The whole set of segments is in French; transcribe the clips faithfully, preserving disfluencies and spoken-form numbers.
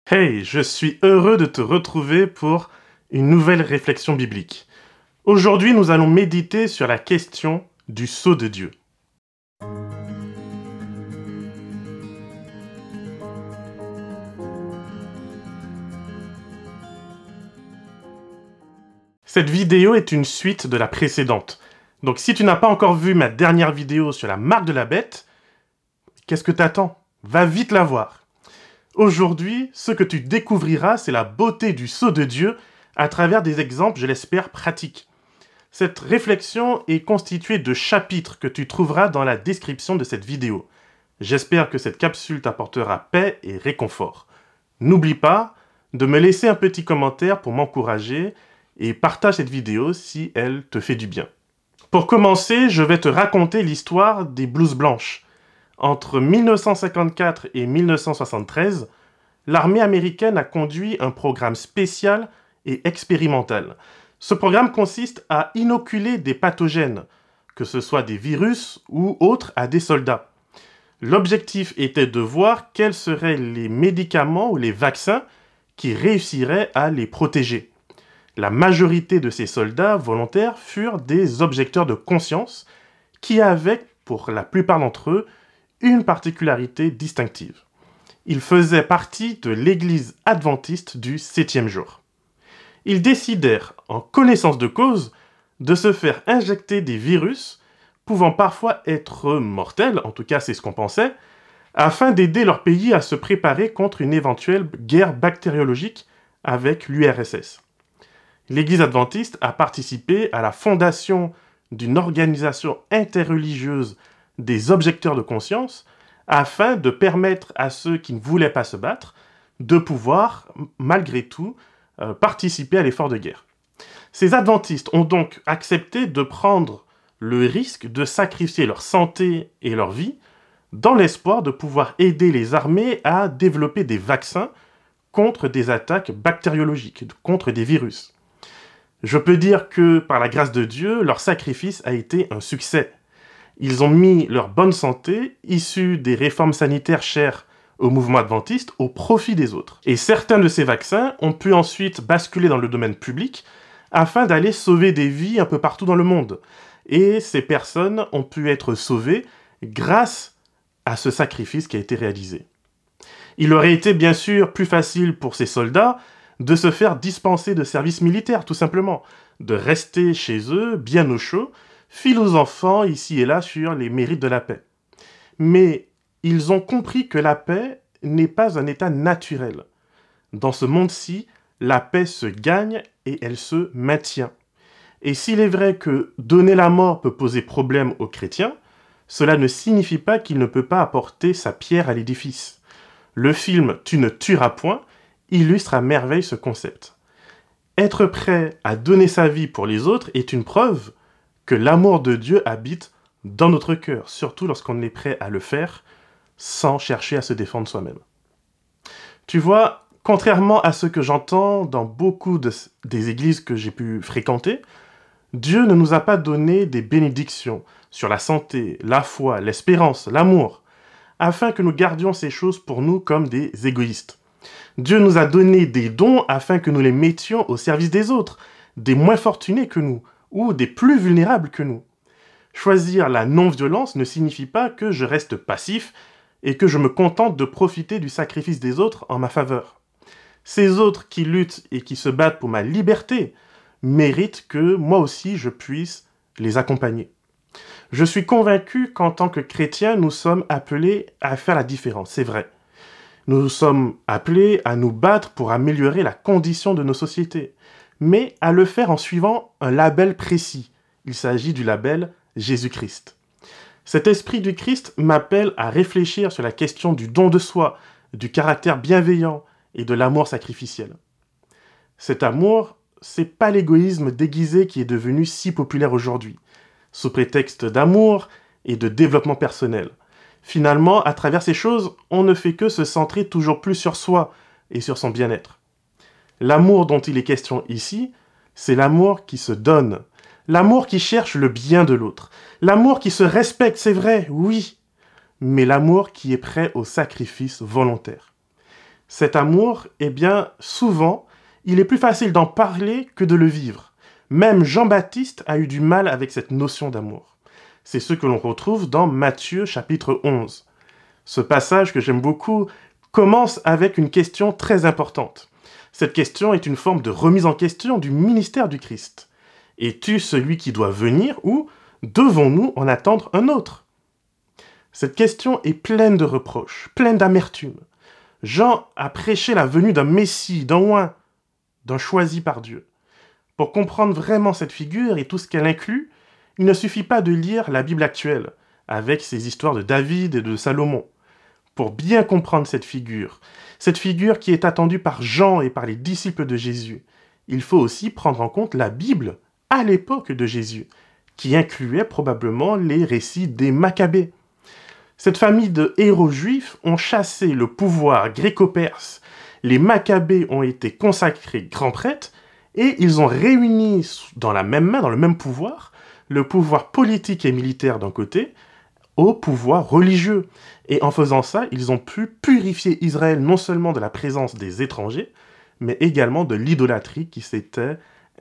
Hey, je suis heureux de te retrouver pour une nouvelle réflexion biblique. Aujourd'hui, nous allons méditer sur la question du sceau de Dieu. Cette vidéo est une suite de la précédente. Donc si tu n'as pas encore vu ma dernière vidéo sur la marque de la bête, qu'est-ce que t'attends? Va vite la voir. Aujourd'hui, ce que tu découvriras, c'est la beauté du sceau de Dieu à travers des exemples, je l'espère, pratiques. Cette réflexion est constituée de chapitres que tu trouveras dans la description de cette vidéo. J'espère que cette capsule t'apportera paix et réconfort. N'oublie pas de me laisser un petit commentaire pour m'encourager et partage cette vidéo si elle te fait du bien. Pour commencer, je vais te raconter l'histoire des blouses blanches. Entre mille neuf cent cinquante-quatre et mille neuf cent soixante-treize, l'armée américaine a conduit un programme spécial et expérimental. Ce programme consiste à inoculer des pathogènes, que ce soit des virus ou autres, à des soldats. L'objectif était de voir quels seraient les médicaments ou les vaccins qui réussiraient à les protéger. La majorité de ces soldats volontaires furent des objecteurs de conscience qui avaient, pour la plupart d'entre eux, une particularité distinctive. Ils faisaient partie de l'Église adventiste du septième jour. Ils décidèrent, en connaissance de cause, de se faire injecter des virus pouvant parfois être mortels, en tout cas c'est ce qu'on pensait, afin d'aider leur pays à se préparer contre une éventuelle guerre bactériologique avec l'U R S S. L'Église adventiste a participé à la fondation d'une organisation interreligieuse des objecteurs de conscience afin de permettre à ceux qui ne voulaient pas se battre de pouvoir, malgré tout, euh, participer à l'effort de guerre. Ces adventistes ont donc accepté de prendre le risque de sacrifier leur santé et leur vie dans l'espoir de pouvoir aider les armées à développer des vaccins contre des attaques bactériologiques, contre des virus. Je peux dire que, par la grâce de Dieu, leur sacrifice a été un succès. Ils ont mis leur bonne santé, issue des réformes sanitaires chères au mouvement adventiste, au profit des autres. Et certains de ces vaccins ont pu ensuite basculer dans le domaine public afin d'aller sauver des vies un peu partout dans le monde. Et ces personnes ont pu être sauvées grâce à ce sacrifice qui a été réalisé. Il aurait été bien sûr plus facile pour ces soldats de se faire dispenser de service militaire, tout simplement, de rester chez eux, bien au chaud, fil aux enfants ici et là sur les mérites de la paix. Mais ils ont compris que la paix n'est pas un état naturel. Dans ce monde-ci, la paix se gagne et elle se maintient. Et s'il est vrai que donner la mort peut poser problème aux chrétiens, cela ne signifie pas qu'il ne peut pas apporter sa pierre à l'édifice. Le film « Tu ne tueras point » illustre à merveille ce concept. Être prêt à donner sa vie pour les autres est une preuve que l'amour de Dieu habite dans notre cœur, surtout lorsqu'on est prêt à le faire sans chercher à se défendre soi-même. Tu vois, contrairement à ce que j'entends dans beaucoup de, des églises que j'ai pu fréquenter, Dieu ne nous a pas donné des bénédictions sur la santé, la foi, l'espérance, l'amour, afin que nous gardions ces choses pour nous comme des égoïstes. Dieu nous a donné des dons afin que nous les mettions au service des autres, des moins fortunés que nous, ou des plus vulnérables que nous. Choisir la non-violence ne signifie pas que je reste passif et que je me contente de profiter du sacrifice des autres en ma faveur. Ces autres qui luttent et qui se battent pour ma liberté méritent que moi aussi je puisse les accompagner. Je suis convaincu qu'en tant que chrétiens, nous sommes appelés à faire la différence, c'est vrai. Nous sommes appelés à nous battre pour améliorer la condition de nos sociétés, mais à le faire en suivant un label précis. Il s'agit du label Jésus-Christ. Cet esprit du Christ m'appelle à réfléchir sur la question du don de soi, du caractère bienveillant et de l'amour sacrificiel. Cet amour, c'est pas l'égoïsme déguisé qui est devenu si populaire aujourd'hui, sous prétexte d'amour et de développement personnel. Finalement, à travers ces choses, on ne fait que se centrer toujours plus sur soi et sur son bien-être. L'amour dont il est question ici, c'est l'amour qui se donne, l'amour qui cherche le bien de l'autre, l'amour qui se respecte, c'est vrai, oui, mais l'amour qui est prêt au sacrifice volontaire. Cet amour, eh bien, souvent, il est plus facile d'en parler que de le vivre. Même Jean-Baptiste a eu du mal avec cette notion d'amour. C'est ce que l'on retrouve dans Matthieu chapitre onze. Ce passage que j'aime beaucoup commence avec une question très importante. Cette question est une forme de remise en question du ministère du Christ. Es-tu celui qui doit venir ou devons-nous en attendre un autre? Cette question est pleine de reproches, pleine d'amertume. Jean a prêché la venue d'un Messie, d'un oint, d'un choisi par Dieu. Pour comprendre vraiment cette figure et tout ce qu'elle inclut, il ne suffit pas de lire la Bible actuelle, avec ses histoires de David et de Salomon. Pour bien comprendre cette figure, cette figure qui est attendue par Jean et par les disciples de Jésus, il faut aussi prendre en compte la Bible à l'époque de Jésus, qui incluait probablement les récits des Maccabées. Cette famille de héros juifs ont chassé le pouvoir gréco-perse. Les Maccabées ont été consacrés grands prêtres et ils ont réuni dans la même main, dans le même pouvoir, le pouvoir politique et militaire d'un côté au pouvoir religieux. Et en faisant ça, ils ont pu purifier Israël non seulement de la présence des étrangers, mais également de l'idolâtrie qui s'était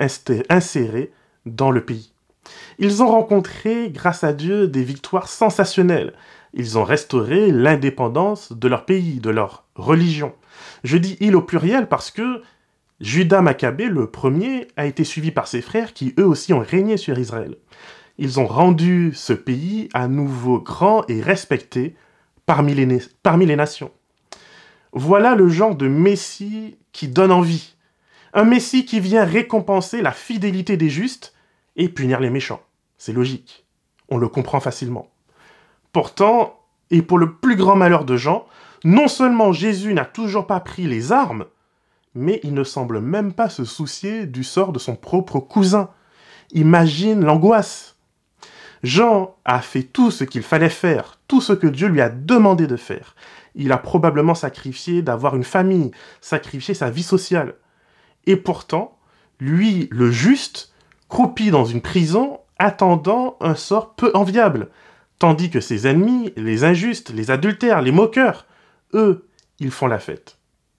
insérée dans le pays. Ils ont rencontré, grâce à Dieu, des victoires sensationnelles. Ils ont restauré l'indépendance de leur pays, de leur religion. Je dis « il » au pluriel parce que Judas Maccabée, le premier, a été suivi par ses frères qui eux aussi ont régné sur Israël. Ils ont rendu ce pays à nouveau grand et respecté parmi les, parmi les nations. Voilà le genre de Messie qui donne envie. Un Messie qui vient récompenser la fidélité des justes et punir les méchants. C'est logique. On le comprend facilement. Pourtant, et pour le plus grand malheur de Jean, non seulement Jésus n'a toujours pas pris les armes, mais il ne semble même pas se soucier du sort de son propre cousin. Imagine l'angoisse. Jean a fait tout ce qu'il fallait faire, tout ce que Dieu lui a demandé de faire. Il a probablement sacrifié d'avoir une famille, sacrifié sa vie sociale. Et pourtant, lui, le juste, croupit dans une prison, attendant un sort peu enviable, tandis que ses ennemis, les injustes, les adultères, les moqueurs, eux, ils font la fête.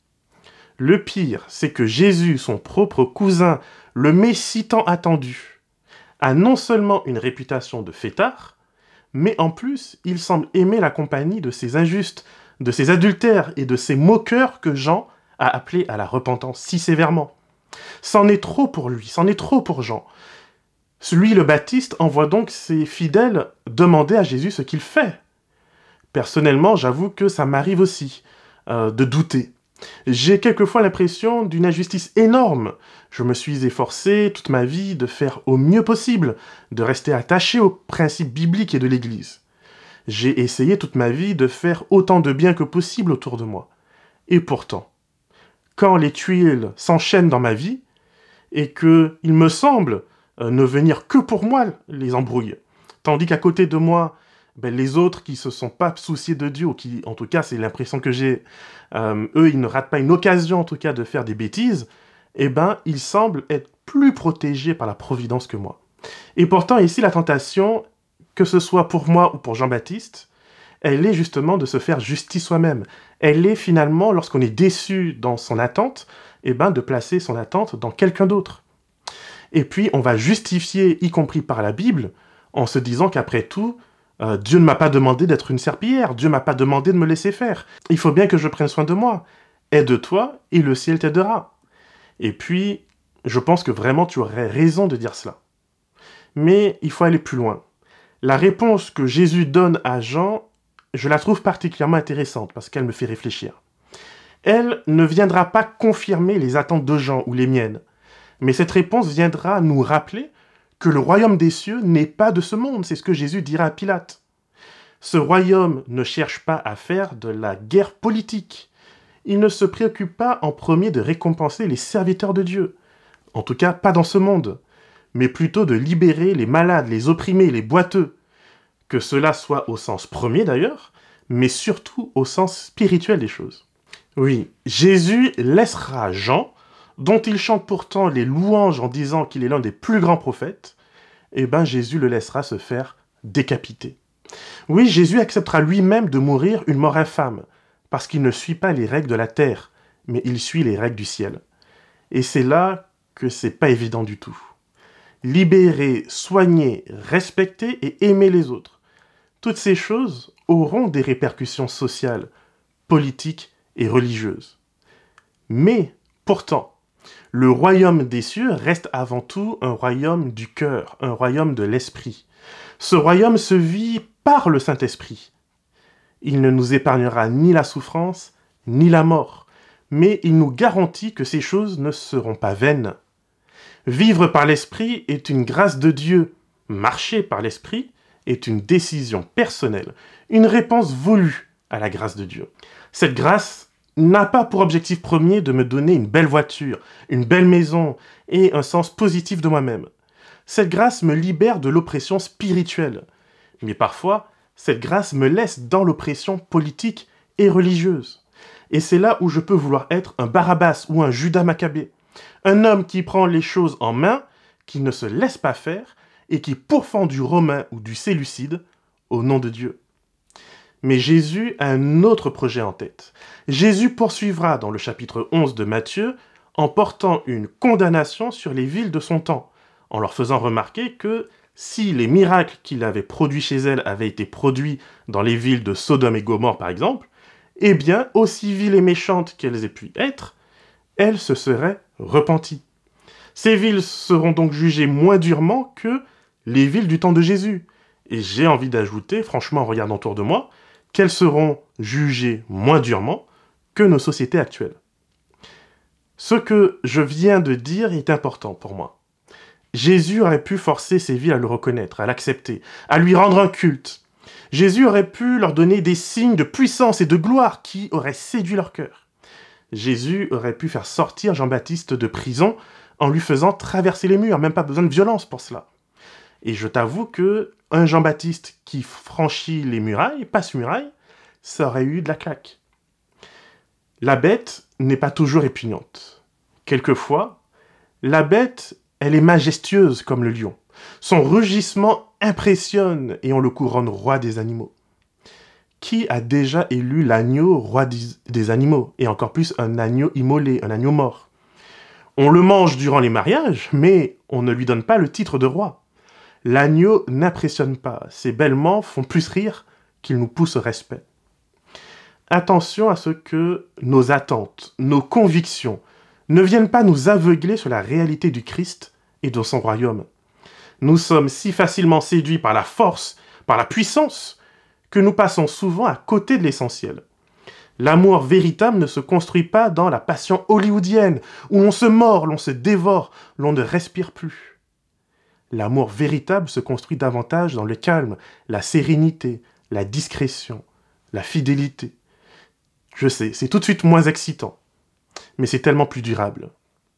Le pire, c'est que Jésus, son propre cousin, le Messie tant attendu, a non seulement une réputation de fêtard, mais en plus, il semble aimer la compagnie de ces injustes, de ces adultères et de ces moqueurs que Jean a appelés à la repentance si sévèrement. C'en est trop pour lui, c'en est trop pour Jean. Celui, le Baptiste, envoie donc ses fidèles demander à Jésus ce qu'il fait. Personnellement, j'avoue que ça m'arrive aussi euh, de douter. J'ai quelquefois l'impression d'une injustice énorme. Je me suis efforcé toute ma vie de faire au mieux possible, de rester attaché aux principes bibliques et de l'Église. J'ai essayé toute ma vie de faire autant de bien que possible autour de moi. Et pourtant, quand les tuiles s'enchaînent dans ma vie, et que il me semble euh, ne venir que pour moi les embrouilles, tandis qu'à côté de moi, ben, les autres qui se sont pas souciés de Dieu, ou qui, en tout cas, c'est l'impression que j'ai, euh, eux, ils ne ratent pas une occasion, en tout cas, de faire des bêtises, eh ben, ils semblent être plus protégés par la providence que moi. Et pourtant, ici, la tentation, que ce soit pour moi ou pour Jean-Baptiste, elle est justement de se faire justice soi-même. Elle est finalement, lorsqu'on est déçu dans son attente, eh ben, de placer son attente dans quelqu'un d'autre. Et puis, on va justifier, y compris par la Bible, en se disant qu'après tout, euh, Dieu ne m'a pas demandé d'être une serpillière, Dieu ne m'a pas demandé de me laisser faire. Il faut bien que je prenne soin de moi. Aide-toi et le ciel t'aidera. Et puis, je pense que vraiment tu aurais raison de dire cela. Mais il faut aller plus loin. La réponse que Jésus donne à Jean, je la trouve particulièrement intéressante parce qu'elle me fait réfléchir. Elle ne viendra pas confirmer les attentes de Jean ou les miennes, mais cette réponse viendra nous rappeler que le royaume des cieux n'est pas de ce monde, c'est ce que Jésus dira à Pilate. Ce royaume ne cherche pas à faire de la guerre politique. Il ne se préoccupe pas en premier de récompenser les serviteurs de Dieu, en tout cas pas dans ce monde, mais plutôt de libérer les malades, les opprimés, les boiteux, que cela soit au sens premier d'ailleurs, mais surtout au sens spirituel des choses. Oui, Jésus laissera Jean, dont il chante pourtant les louanges en disant qu'il est l'un des plus grands prophètes, eh bien Jésus le laissera se faire décapiter. Oui, Jésus acceptera lui-même de mourir une mort infâme, parce qu'il ne suit pas les règles de la terre, mais il suit les règles du ciel. Et c'est là que c'est pas évident du tout. Libérer, soigner, respecter et aimer les autres. Toutes ces choses auront des répercussions sociales, politiques et religieuses. Mais, pourtant, le royaume des cieux reste avant tout un royaume du cœur, un royaume de l'esprit. Ce royaume se vit par le Saint-Esprit. Il ne nous épargnera ni la souffrance, ni la mort, mais il nous garantit que ces choses ne seront pas vaines. Vivre par l'Esprit est une grâce de Dieu. Marcher par l'Esprit est une décision personnelle, une réponse voulue à la grâce de Dieu. Cette grâce n'a pas pour objectif premier de me donner une belle voiture, une belle maison et un sens positif de moi-même. Cette grâce me libère de l'oppression spirituelle. Mais parfois, cette grâce me laisse dans l'oppression politique et religieuse. Et c'est là où je peux vouloir être un Barabbas ou un Judas Maccabée. Un homme qui prend les choses en main, qui ne se laisse pas faire et qui pourfend du romain ou du séleucide au nom de Dieu. Mais Jésus a un autre projet en tête. Jésus poursuivra dans le chapitre onze de Matthieu en portant une condamnation sur les villes de son temps, en leur faisant remarquer que si les miracles qu'il avait produits chez elles avaient été produits dans les villes de Sodome et Gomorrhe par exemple, eh bien, aussi villes et méchantes qu'elles aient pu être, elles se seraient repenties. Ces villes seront donc jugées moins durement que les villes du temps de Jésus. Et j'ai envie d'ajouter, franchement en regardant autour de moi, qu'elles seront jugées moins durement que nos sociétés actuelles. Ce que je viens de dire est important pour moi. Jésus aurait pu forcer ces villes à le reconnaître, à l'accepter, à lui rendre un culte. Jésus aurait pu leur donner des signes de puissance et de gloire qui auraient séduit leur cœur. Jésus aurait pu faire sortir Jean-Baptiste de prison en lui faisant traverser les murs, même pas besoin de violence pour cela. Et je t'avoue que un Jean-Baptiste qui franchit les murailles, passe muraille, ça aurait eu de la claque. La bête n'est pas toujours répugnante. Quelquefois, la bête, elle est majestueuse comme le lion. Son rugissement impressionne et on le couronne roi des animaux. Qui a déjà élu l'agneau roi des animaux, et encore plus un agneau immolé, un agneau mort? On le mange durant les mariages, mais on ne lui donne pas le titre de roi. L'agneau n'impressionne pas, ses bêlements font plus rire qu'ils nous poussent au respect. Attention à ce que nos attentes, nos convictions ne viennent pas nous aveugler sur la réalité du Christ et de son royaume. Nous sommes si facilement séduits par la force, par la puissance, que nous passons souvent à côté de l'essentiel. L'amour véritable ne se construit pas dans la passion hollywoodienne, où l'on se mord, l'on se dévore, l'on ne respire plus. L'amour véritable se construit davantage dans le calme, la sérénité, la discrétion, la fidélité. Je sais, c'est tout de suite moins excitant, mais c'est tellement plus durable.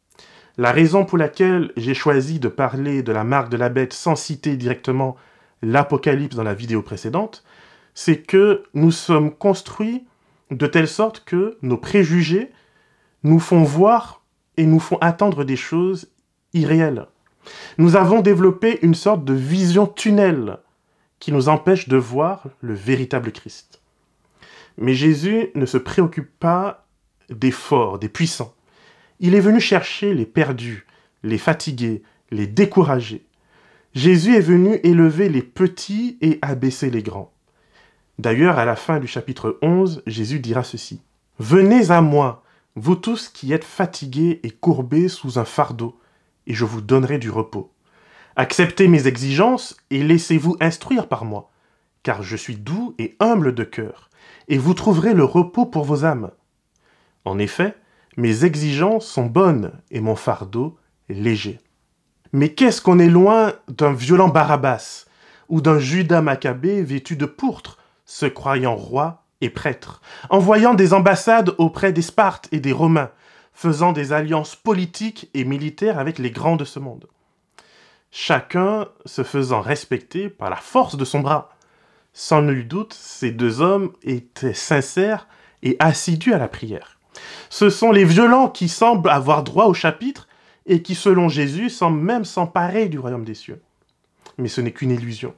La raison pour laquelle j'ai choisi de parler de la marque de la bête sans citer directement l'Apocalypse dans la vidéo précédente, c'est que nous sommes construits de telle sorte que nos préjugés nous font voir et nous font attendre des choses irréelles. Nous avons développé une sorte de vision tunnel qui nous empêche de voir le véritable Christ. Mais Jésus ne se préoccupe pas des forts, des puissants. Il est venu chercher les perdus, les fatigués, les découragés. Jésus est venu élever les petits et abaisser les grands. D'ailleurs, à la fin du chapitre onze, Jésus dira ceci. « Venez à moi, vous tous qui êtes fatigués et courbés sous un fardeau, et je vous donnerai du repos. Acceptez mes exigences et laissez-vous instruire par moi, car je suis doux et humble de cœur, et vous trouverez le repos pour vos âmes. En effet, mes exigences sont bonnes et mon fardeau est léger. » Mais qu'est-ce qu'on est loin d'un violent Barabbas ou d'un Judas Maccabée vêtu de pourpre, se croyant roi et prêtre, envoyant des ambassades auprès des Spartes et des Romains, faisant des alliances politiques et militaires avec les grands de ce monde. Chacun se faisant respecter par la force de son bras. Sans nul doute, ces deux hommes étaient sincères et assidus à la prière. Ce sont les violents qui semblent avoir droit au chapitre et qui, selon Jésus, semblent même s'emparer du royaume des cieux. Mais ce n'est qu'une illusion.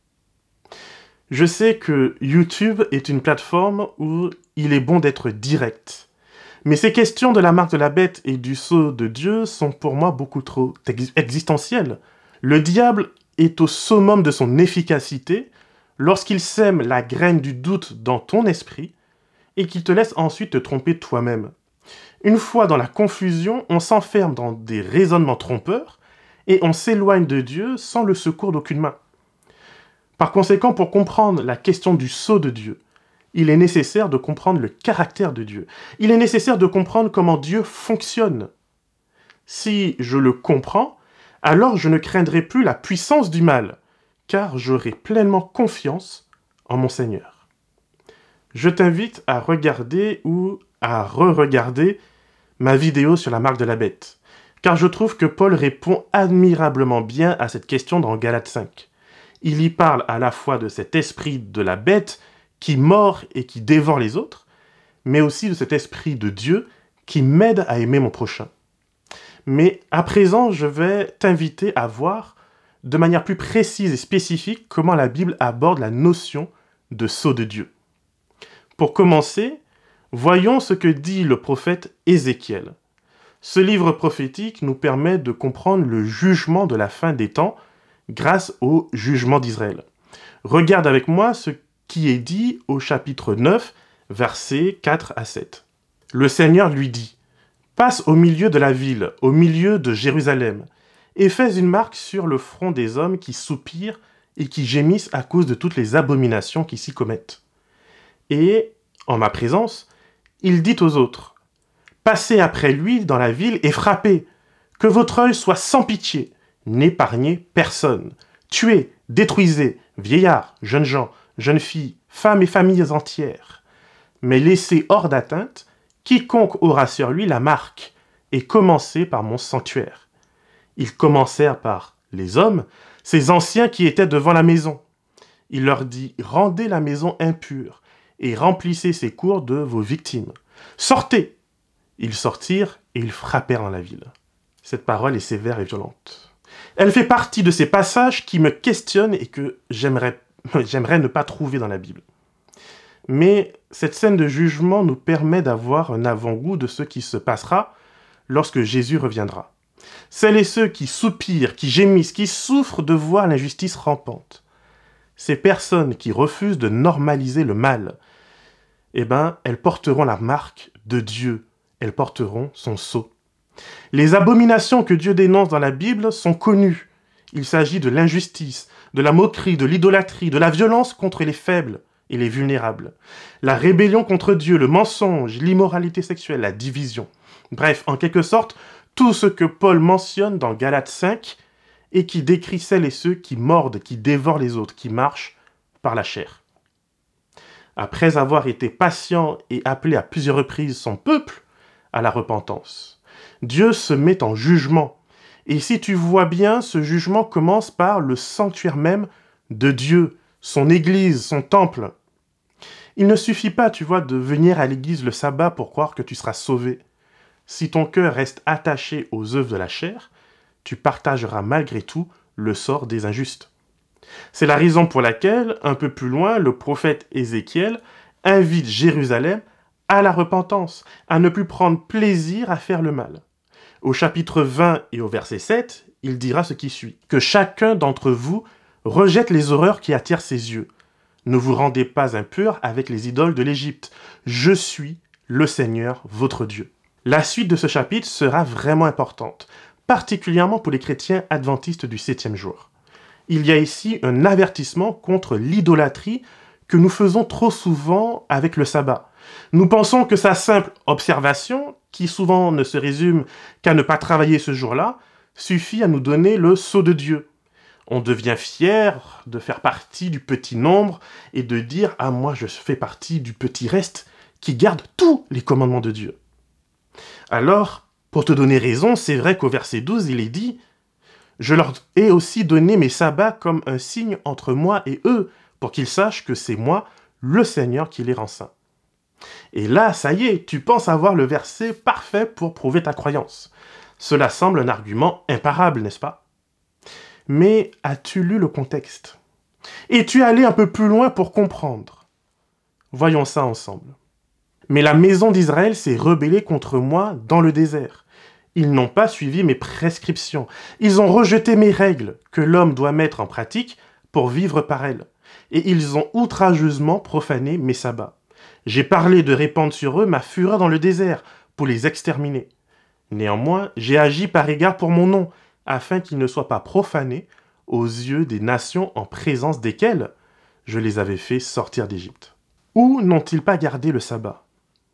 Je sais que YouTube est une plateforme où il est bon d'être direct. Mais ces questions de la marque de la bête et du sceau de Dieu sont pour moi beaucoup trop ex- existentielles. Le diable est au summum de son efficacité lorsqu'il sème la graine du doute dans ton esprit et qu'il te laisse ensuite te tromper toi-même. Une fois dans la confusion, on s'enferme dans des raisonnements trompeurs et on s'éloigne de Dieu sans le secours d'aucune main. Par conséquent, pour comprendre la question du sceau de Dieu, il est nécessaire de comprendre le caractère de Dieu. Il est nécessaire de comprendre comment Dieu fonctionne. Si je le comprends, alors je ne craindrai plus la puissance du mal, car j'aurai pleinement confiance en mon Seigneur. Je t'invite à regarder ou à re-regarder ma vidéo sur la marque de la bête, car je trouve que Paul répond admirablement bien à cette question dans Galates cinq. Il y parle à la fois de cet esprit de la bête qui mord et qui dévore les autres, mais aussi de cet esprit de Dieu qui m'aide à aimer mon prochain. Mais à présent, je vais t'inviter à voir de manière plus précise et spécifique comment la Bible aborde la notion de sceau de Dieu. Pour commencer, voyons ce que dit le prophète Ézéchiel. Ce livre prophétique nous permet de comprendre le jugement de la fin des temps grâce au jugement d'Israël. Regarde avec moi ce qui est dit au chapitre neuf, versets quatre à sept. Le Seigneur lui dit : « Passe au milieu de la ville, au milieu de Jérusalem, et fais une marque sur le front des hommes qui soupirent et qui gémissent à cause de toutes les abominations qui s'y commettent. Et, en ma présence, il dit aux autres : Passez après lui dans la ville et frappez, que votre œil soit sans pitié, n'épargnez personne. Tuez, détruisez, vieillards, jeunes gens, jeunes filles, femmes et familles entières. Mais laissez hors d'atteinte quiconque aura sur lui la marque, et commencez par mon sanctuaire. Ils commencèrent par les hommes, ces anciens qui étaient devant la maison. Il leur dit : rendez la maison impure, et remplissez ses cours de vos victimes. Sortez ! Ils sortirent et ils frappèrent dans la ville. Cette parole est sévère et violente. Elle fait partie de ces passages qui me questionnent et que j'aimerais, j'aimerais ne pas trouver dans la Bible. Mais cette scène de jugement nous permet d'avoir un avant-goût de ce qui se passera lorsque Jésus reviendra. Celles et ceux qui soupirent, qui gémissent, qui souffrent de voir l'injustice rampante, ces personnes qui refusent de normaliser le mal, eh ben, elles porteront la marque de Dieu, elles porteront son sceau. Les abominations que Dieu dénonce dans la Bible sont connues. Il s'agit de l'injustice, de la moquerie, de l'idolâtrie, de la violence contre les faibles et les vulnérables, la rébellion contre Dieu, le mensonge, l'immoralité sexuelle, la division. Bref, en quelque sorte, tout ce que Paul mentionne dans Galates cinq et qui décrit celles et ceux qui mordent, qui dévorent les autres, qui marchent par la chair. Après avoir été patient et appelé à plusieurs reprises son peuple à la repentance, Dieu se met en jugement. Et si tu vois bien, ce jugement commence par le sanctuaire même de Dieu, son église, son temple. Il ne suffit pas, tu vois, de venir à l'église le sabbat pour croire que tu seras sauvé. Si ton cœur reste attaché aux œuvres de la chair, tu partageras malgré tout le sort des injustes. C'est la raison pour laquelle, un peu plus loin, le prophète Ézéchiel invite Jérusalem à la repentance, à ne plus prendre plaisir à faire le mal. Au chapitre vingt et au verset sept, il dira ce qui suit : « Que chacun d'entre vous rejette les horreurs qui attirent ses yeux. Ne vous rendez pas impurs avec les idoles de l'Égypte. Je suis le Seigneur, votre Dieu. » La suite de ce chapitre sera vraiment importante, particulièrement pour les chrétiens adventistes du septième jour. Il y a ici un avertissement contre l'idolâtrie que nous faisons trop souvent avec le sabbat. Nous pensons que sa simple observation, qui souvent ne se résume qu'à ne pas travailler ce jour-là, suffit à nous donner le sceau de Dieu. On devient fier de faire partie du petit nombre et de dire « Ah, moi, je fais partie du petit reste qui garde tous les commandements de Dieu. » Alors, pour te donner raison, c'est vrai qu'au verset douze, il est dit « Je leur ai aussi donné mes sabbats comme un signe entre moi et eux, pour qu'ils sachent que c'est moi, le Seigneur, qui les rend saints. » Et là, ça y est, tu penses avoir le verset parfait pour prouver ta croyance. Cela semble un argument imparable, n'est-ce pas ? Mais as-tu lu le contexte ? Es-tu allé un peu plus loin pour comprendre ? Voyons ça ensemble. Mais la maison d'Israël s'est rebellée contre moi dans le désert. Ils n'ont pas suivi mes prescriptions. Ils ont rejeté mes règles que l'homme doit mettre en pratique pour vivre par elles. Et ils ont outrageusement profané mes sabbats. J'ai parlé de répandre sur eux ma fureur dans le désert pour les exterminer. Néanmoins, j'ai agi par égard pour mon nom, afin qu'ils ne soient pas profanés aux yeux des nations en présence desquelles je les avais fait sortir d'Égypte. Où n'ont-ils pas gardé le sabbat?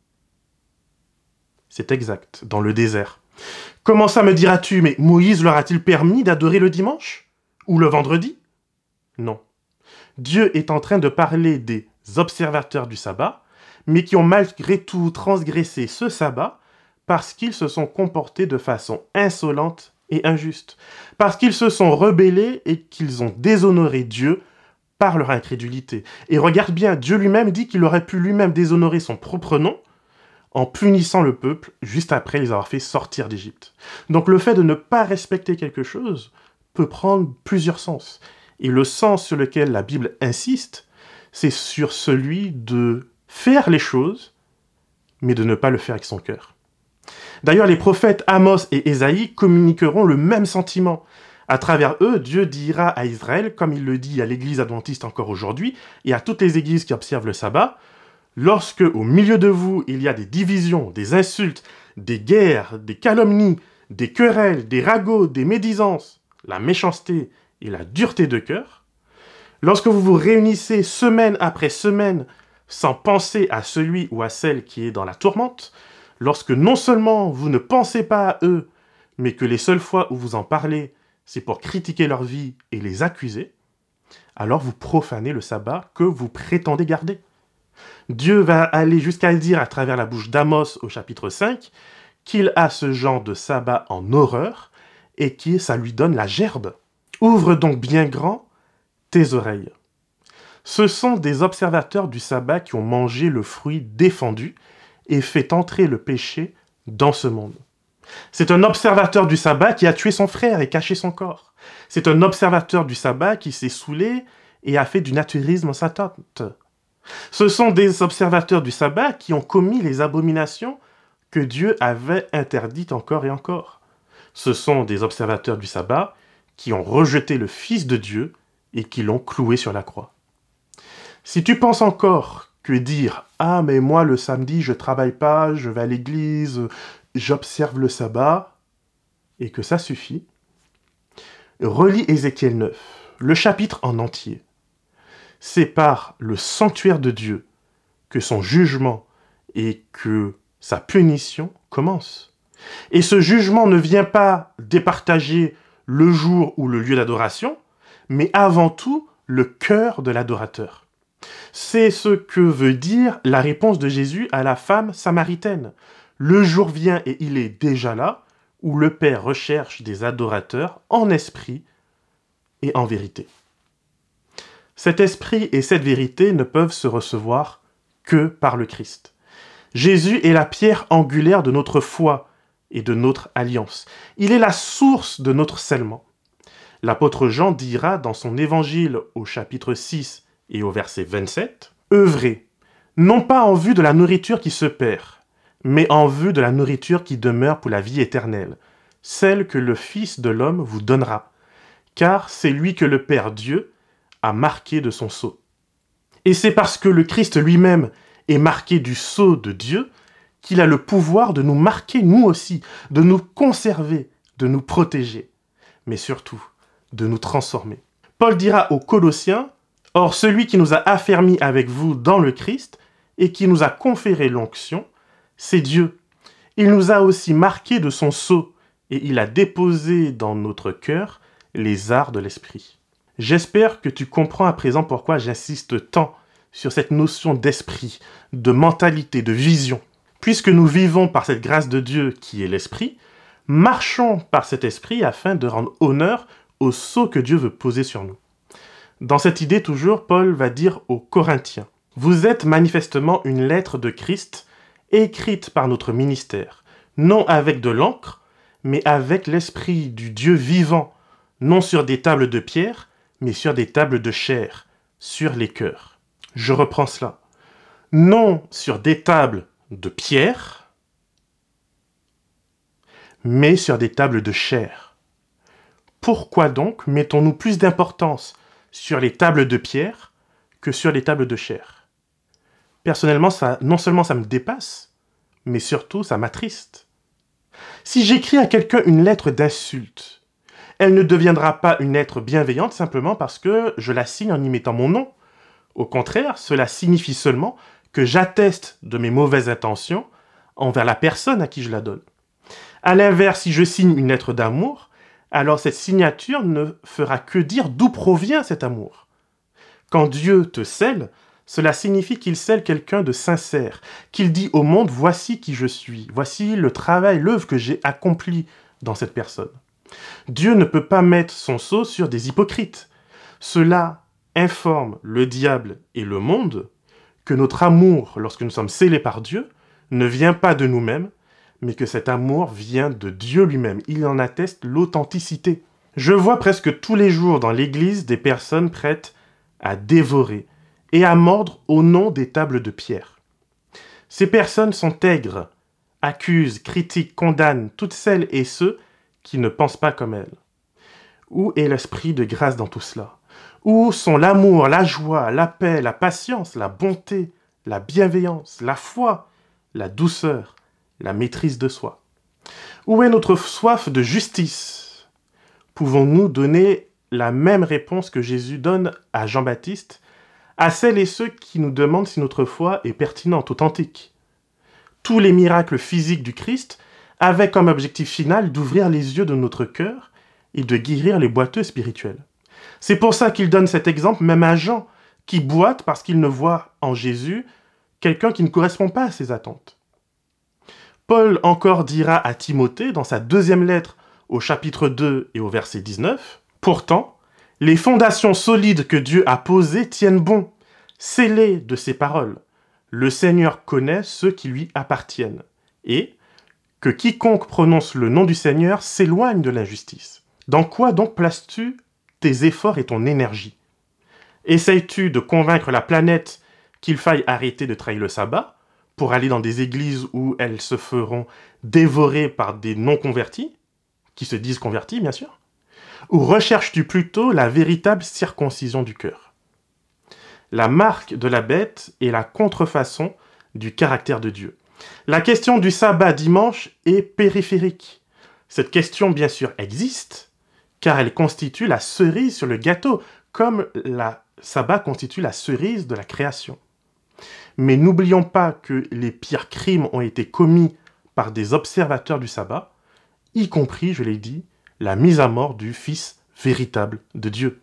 C'est exact, dans le désert. Comment ça, me diras-tu, mais Moïse leur a-t-il permis d'adorer le dimanche? Ou le vendredi? Non. Dieu est en train de parler des observateurs du sabbat, mais qui ont malgré tout transgressé ce sabbat parce qu'ils se sont comportés de façon insolente et injuste, parce qu'ils se sont rebellés et qu'ils ont déshonoré Dieu par leur incrédulité. Et regarde bien, Dieu lui-même dit qu'il aurait pu lui-même déshonorer son propre nom en punissant le peuple juste après les avoir fait sortir d'Égypte. Donc le fait de ne pas respecter quelque chose peut prendre plusieurs sens. Et le sens sur lequel la Bible insiste, c'est sur celui de faire les choses, mais de ne pas le faire avec son cœur. D'ailleurs, les prophètes Amos et Ésaïe communiqueront le même sentiment. À travers eux, Dieu dira à Israël, comme il le dit à l'église adventiste encore aujourd'hui, et à toutes les églises qui observent le sabbat, lorsque au milieu de vous, il y a des divisions, des insultes, des guerres, des calomnies, des querelles, des ragots, des médisances, la méchanceté et la dureté de cœur, lorsque vous vous réunissez semaine après semaine sans penser à celui ou à celle qui est dans la tourmente, lorsque non seulement vous ne pensez pas à eux, mais que les seules fois où vous en parlez, c'est pour critiquer leur vie et les accuser, alors vous profanez le sabbat que vous prétendez garder. Dieu va aller jusqu'à dire à travers la bouche d'Amos au chapitre cinq qu'il a ce genre de sabbat en horreur et que ça lui donne la gerbe. Ouvre donc bien grand tes oreilles. Ce sont des observateurs du sabbat qui ont mangé le fruit défendu et fait entrer le péché dans ce monde. C'est un observateur du sabbat qui a tué son frère et caché son corps. C'est un observateur du sabbat qui s'est saoulé et a fait du naturisme sa tente. Ce sont des observateurs du sabbat qui ont commis les abominations que Dieu avait interdites encore et encore. Ce sont des observateurs du sabbat qui ont rejeté le Fils de Dieu et qui l'ont cloué sur la croix. Si tu penses encore que dire « Ah, mais moi, le samedi, je travaille pas, je vais à l'église, j'observe le sabbat » et que ça suffit, relis Ézéchiel neuf, le chapitre en entier. C'est par le sanctuaire de Dieu que son jugement et que sa punition commencent. Et ce jugement ne vient pas départager le jour ou le lieu d'adoration, mais avant tout le cœur de l'adorateur. C'est ce que veut dire la réponse de Jésus à la femme samaritaine. Le jour vient et il est déjà là, où le Père recherche des adorateurs en esprit et en vérité. Cet esprit et cette vérité ne peuvent se recevoir que par le Christ. Jésus est la pierre angulaire de notre foi et de notre alliance. Il est la source de notre scellement. L'apôtre Jean dira dans son évangile au chapitre six et au verset vingt-sept, « Œuvrez, non pas en vue de la nourriture qui se perd, mais en vue de la nourriture qui demeure pour la vie éternelle, celle que le Fils de l'homme vous donnera, car c'est lui que le Père Dieu a marqué de son sceau. Et c'est parce que le Christ lui-même est marqué du sceau de Dieu qu'il a le pouvoir de nous marquer nous aussi, de nous conserver, de nous protéger, mais surtout de nous transformer. Paul dira aux Colossiens, « Or celui qui nous a affermis avec vous dans le Christ et qui nous a conféré l'onction, c'est Dieu. Il nous a aussi marqués de son sceau et il a déposé dans notre cœur les arts de l'esprit. » J'espère que tu comprends à présent pourquoi j'insiste tant sur cette notion d'esprit, de mentalité, de vision. Puisque nous vivons par cette grâce de Dieu qui est l'esprit, marchons par cet esprit afin de rendre honneur au sceau que Dieu veut poser sur nous. Dans cette idée toujours, Paul va dire aux Corinthiens, « Vous êtes manifestement une lettre de Christ écrite par notre ministère, non avec de l'encre, mais avec l'esprit du Dieu vivant, non sur des tables de pierre, mais sur des tables de chair, sur les cœurs. » Je reprends cela. Non sur des tables de pierre, mais sur des tables de chair. Pourquoi donc mettons-nous plus d'importance sur les tables de pierre que sur les tables de chair? Personnellement, ça, non seulement ça me dépasse, mais surtout ça m'attriste. Si j'écris à quelqu'un une lettre d'insulte, elle ne deviendra pas une lettre bienveillante simplement parce que je la signe en y mettant mon nom. Au contraire, cela signifie seulement que j'atteste de mes mauvaises intentions envers la personne à qui je la donne. À l'inverse, si je signe une lettre d'amour, alors cette signature ne fera que dire d'où provient cet amour. Quand Dieu te scelle, cela signifie qu'il scelle quelqu'un de sincère, qu'il dit au monde « voici qui je suis, voici le travail, l'œuvre que j'ai accompli dans cette personne ». Dieu ne peut pas mettre son sceau sur des hypocrites. Cela informe le diable et le monde que notre amour, lorsque nous sommes scellés par Dieu, ne vient pas de nous-mêmes, mais que cet amour vient de Dieu lui-même. Il en atteste l'authenticité. Je vois presque tous les jours dans l'Église des personnes prêtes à dévorer et à mordre au nom des tables de pierre. Ces personnes sont aigres, accusent, critiquent, condamnent toutes celles et ceux qui ne pensent pas comme elles. Où est l'esprit de grâce dans tout cela? Où sont l'amour, la joie, la paix, la patience, la bonté, la bienveillance, la foi, la douceur, la maîtrise de soi? Où est notre soif de justice? Pouvons-nous donner la même réponse que Jésus donne à Jean-Baptiste, à celles et ceux qui nous demandent si notre foi est pertinente, authentique? Tous les miracles physiques du Christ avaient comme objectif final d'ouvrir les yeux de notre cœur et de guérir les boiteux spirituels. C'est pour ça qu'il donne cet exemple même à Jean, qui boite parce qu'il ne voit en Jésus quelqu'un qui ne correspond pas à ses attentes. Paul encore dira à Timothée, dans sa deuxième lettre au chapitre deux et au verset dix-neuf, « Pourtant, les fondations solides que Dieu a posées tiennent bon, scellées de ses paroles. Le Seigneur connaît ceux qui lui appartiennent, et que quiconque prononce le nom du Seigneur s'éloigne de l'injustice. Dans quoi donc places-tu tes efforts et ton énergie? Essayes-tu de convaincre la planète qu'il faille arrêter de trahir le sabbat pour aller dans des églises où elles se feront dévorer par des non-convertis, qui se disent convertis bien sûr? Ou recherches-tu plutôt la véritable circoncision du cœur? La marque de la bête est la contrefaçon du caractère de Dieu. La question du sabbat dimanche est périphérique. Cette question, bien sûr, existe, car elle constitue la cerise sur le gâteau, comme la sabbat constitue la cerise de la création. Mais n'oublions pas que les pires crimes ont été commis par des observateurs du sabbat, y compris, je l'ai dit, la mise à mort du Fils véritable de Dieu.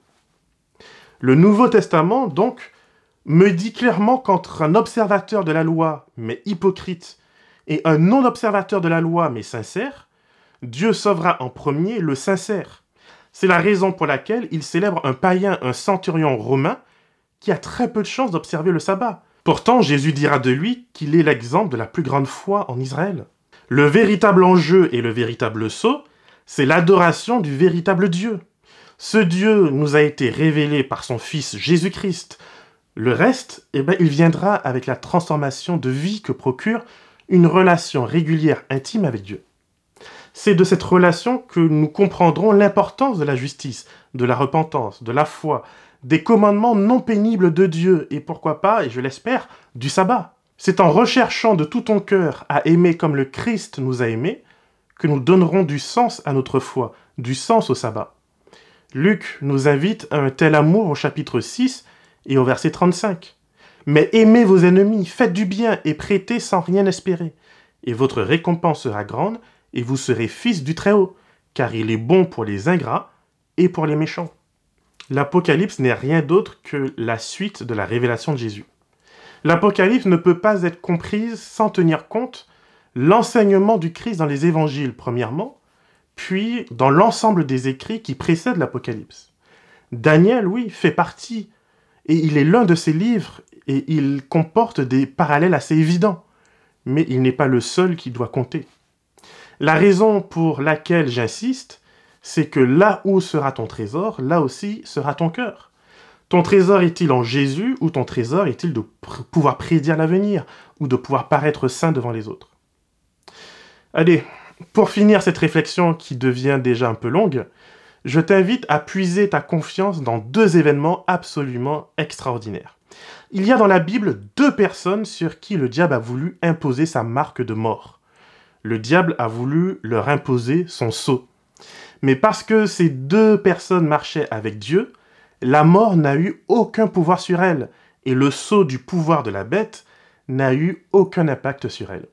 Le Nouveau Testament, donc, me dit clairement qu'entre un observateur de la loi, mais hypocrite, et un non-observateur de la loi, mais sincère, Dieu sauvera en premier le sincère. C'est la raison pour laquelle il célèbre un païen, un centurion romain, qui a très peu de chances d'observer le sabbat. Pourtant, Jésus dira de lui qu'il est l'exemple de la plus grande foi en Israël. Le véritable enjeu et le véritable sceau, c'est l'adoration du véritable Dieu. Ce Dieu nous a été révélé par son Fils Jésus-Christ. Le reste, eh ben, il viendra avec la transformation de vie que procure une relation régulière, intime avec Dieu. C'est de cette relation que nous comprendrons l'importance de la justice, de la repentance, de la foi, des commandements non pénibles de Dieu et pourquoi pas, et je l'espère, du sabbat. C'est en recherchant de tout ton cœur à aimer comme le Christ nous a aimés que nous donnerons du sens à notre foi, du sens au sabbat. Luc nous invite à un tel amour au chapitre six et au verset trente-cinq. Mais aimez vos ennemis, faites du bien et prêtez sans rien espérer. Et votre récompense sera grande et vous serez fils du Très-Haut, car il est bon pour les ingrats et pour les méchants. L'Apocalypse n'est rien d'autre que la suite de la révélation de Jésus. L'Apocalypse ne peut pas être comprise sans tenir compte l'enseignement du Christ dans les évangiles, premièrement, puis dans l'ensemble des écrits qui précèdent l'Apocalypse. Daniel, oui, fait partie, et il est l'un de ces livres, et il comporte des parallèles assez évidents, mais il n'est pas le seul qui doit compter. La raison pour laquelle j'insiste, c'est que là où sera ton trésor, là aussi sera ton cœur. Ton trésor est-il en Jésus ou ton trésor est-il de pr- pouvoir prédire l'avenir ou de pouvoir paraître saint devant les autres? Allez, pour finir cette réflexion qui devient déjà un peu longue, je t'invite à puiser ta confiance dans deux événements absolument extraordinaires. Il y a dans la Bible deux personnes sur qui le diable a voulu imposer sa marque de mort. Le diable a voulu leur imposer son sceau. Mais parce que ces deux personnes marchaient avec Dieu, la mort n'a eu aucun pouvoir sur elles, et le sceau du pouvoir de la bête n'a eu aucun impact sur elles.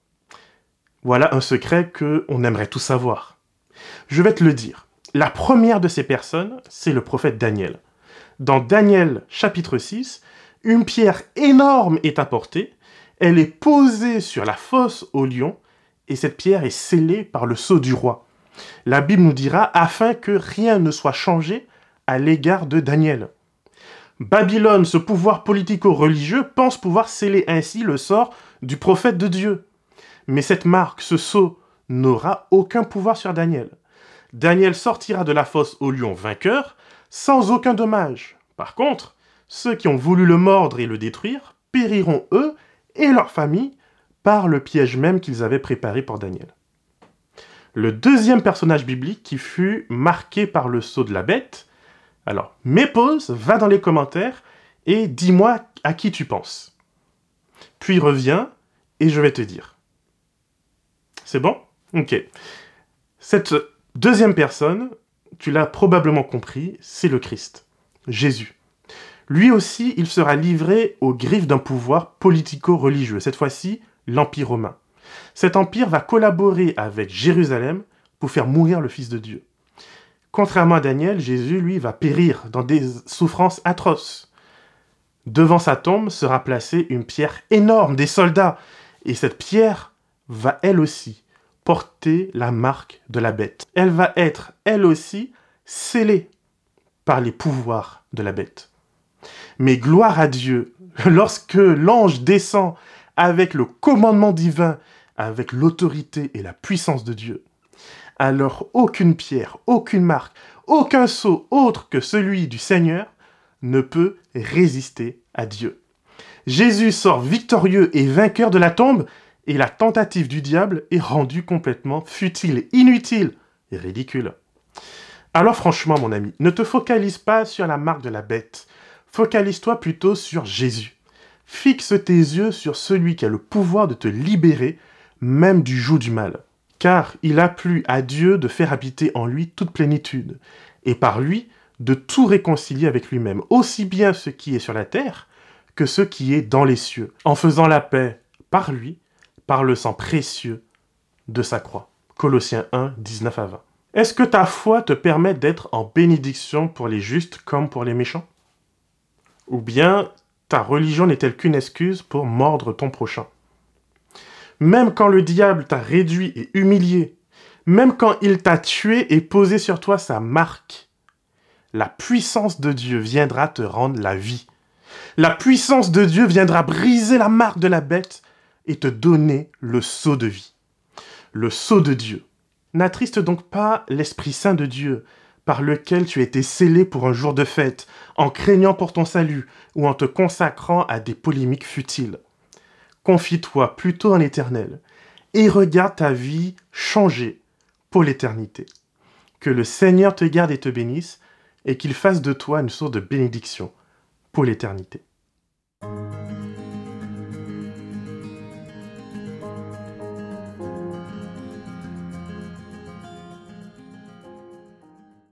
Voilà un secret qu'on aimerait tous savoir. Je vais te le dire. La première de ces personnes, c'est le prophète Daniel. Dans Daniel chapitre six, une pierre énorme est apportée, elle est posée sur la fosse au lion, et cette pierre est scellée par le sceau du roi. La Bible nous dira afin que rien ne soit changé à l'égard de Daniel. Babylone, ce pouvoir politico-religieux, pense pouvoir sceller ainsi le sort du prophète de Dieu. Mais cette marque, ce sceau, n'aura aucun pouvoir sur Daniel. Daniel sortira de la fosse au lion vainqueur, sans aucun dommage. Par contre, ceux qui ont voulu le mordre et le détruire périront eux et leur famille par le piège même qu'ils avaient préparé pour Daniel. Le deuxième personnage biblique qui fut marqué par le sceau de la bête, alors mets pause, va dans les commentaires et dis-moi à qui tu penses. Puis reviens et je vais te dire. C'est bon? Ok. Cette deuxième personne, tu l'as probablement compris, c'est le Christ, Jésus. Lui aussi, il sera livré aux griffes d'un pouvoir politico-religieux, cette fois-ci l'Empire romain. Cet empire va collaborer avec Jérusalem pour faire mourir le Fils de Dieu. Contrairement à Daniel, Jésus, lui, va périr dans des souffrances atroces. Devant sa tombe sera placée une pierre énorme, des soldats, et cette pierre va elle aussi porter la marque de la bête. Elle va être, elle aussi, scellée par les pouvoirs de la bête. Mais gloire à Dieu, lorsque l'ange descend avec le commandement divin, avec l'autorité et la puissance de Dieu, alors aucune pierre, aucune marque, aucun sceau autre que celui du Seigneur ne peut résister à Dieu. Jésus sort victorieux et vainqueur de la tombe, et la tentative du diable est rendue complètement futile, inutile et ridicule. Alors franchement, mon ami, ne te focalise pas sur la marque de la bête. Focalise-toi plutôt sur Jésus. Fixe tes yeux sur celui qui a le pouvoir de te libérer, même du joug du mal. Car il a plu à Dieu de faire habiter en lui toute plénitude, et par lui de tout réconcilier avec lui-même, aussi bien ce qui est sur la terre que ce qui est dans les cieux, en faisant la paix par lui, par le sang précieux de sa croix. Colossiens un, dix-neuf à vingt. Est-ce que ta foi te permet d'être en bénédiction pour les justes comme pour les méchants? Ou bien ta religion n'est-elle qu'une excuse pour mordre ton prochain? Même quand le diable t'a réduit et humilié, même quand il t'a tué et posé sur toi sa marque, la puissance de Dieu viendra te rendre la vie. La puissance de Dieu viendra briser la marque de la bête et te donner le sceau de vie. Le sceau de Dieu. N'attriste donc pas l'Esprit Saint de Dieu, par lequel tu as été scellé pour un jour de fête, en craignant pour ton salut ou en te consacrant à des polémiques futiles. Confie-toi plutôt en l'Éternel et regarde ta vie changer pour l'éternité. Que le Seigneur te garde et te bénisse et qu'il fasse de toi une source de bénédiction pour l'éternité.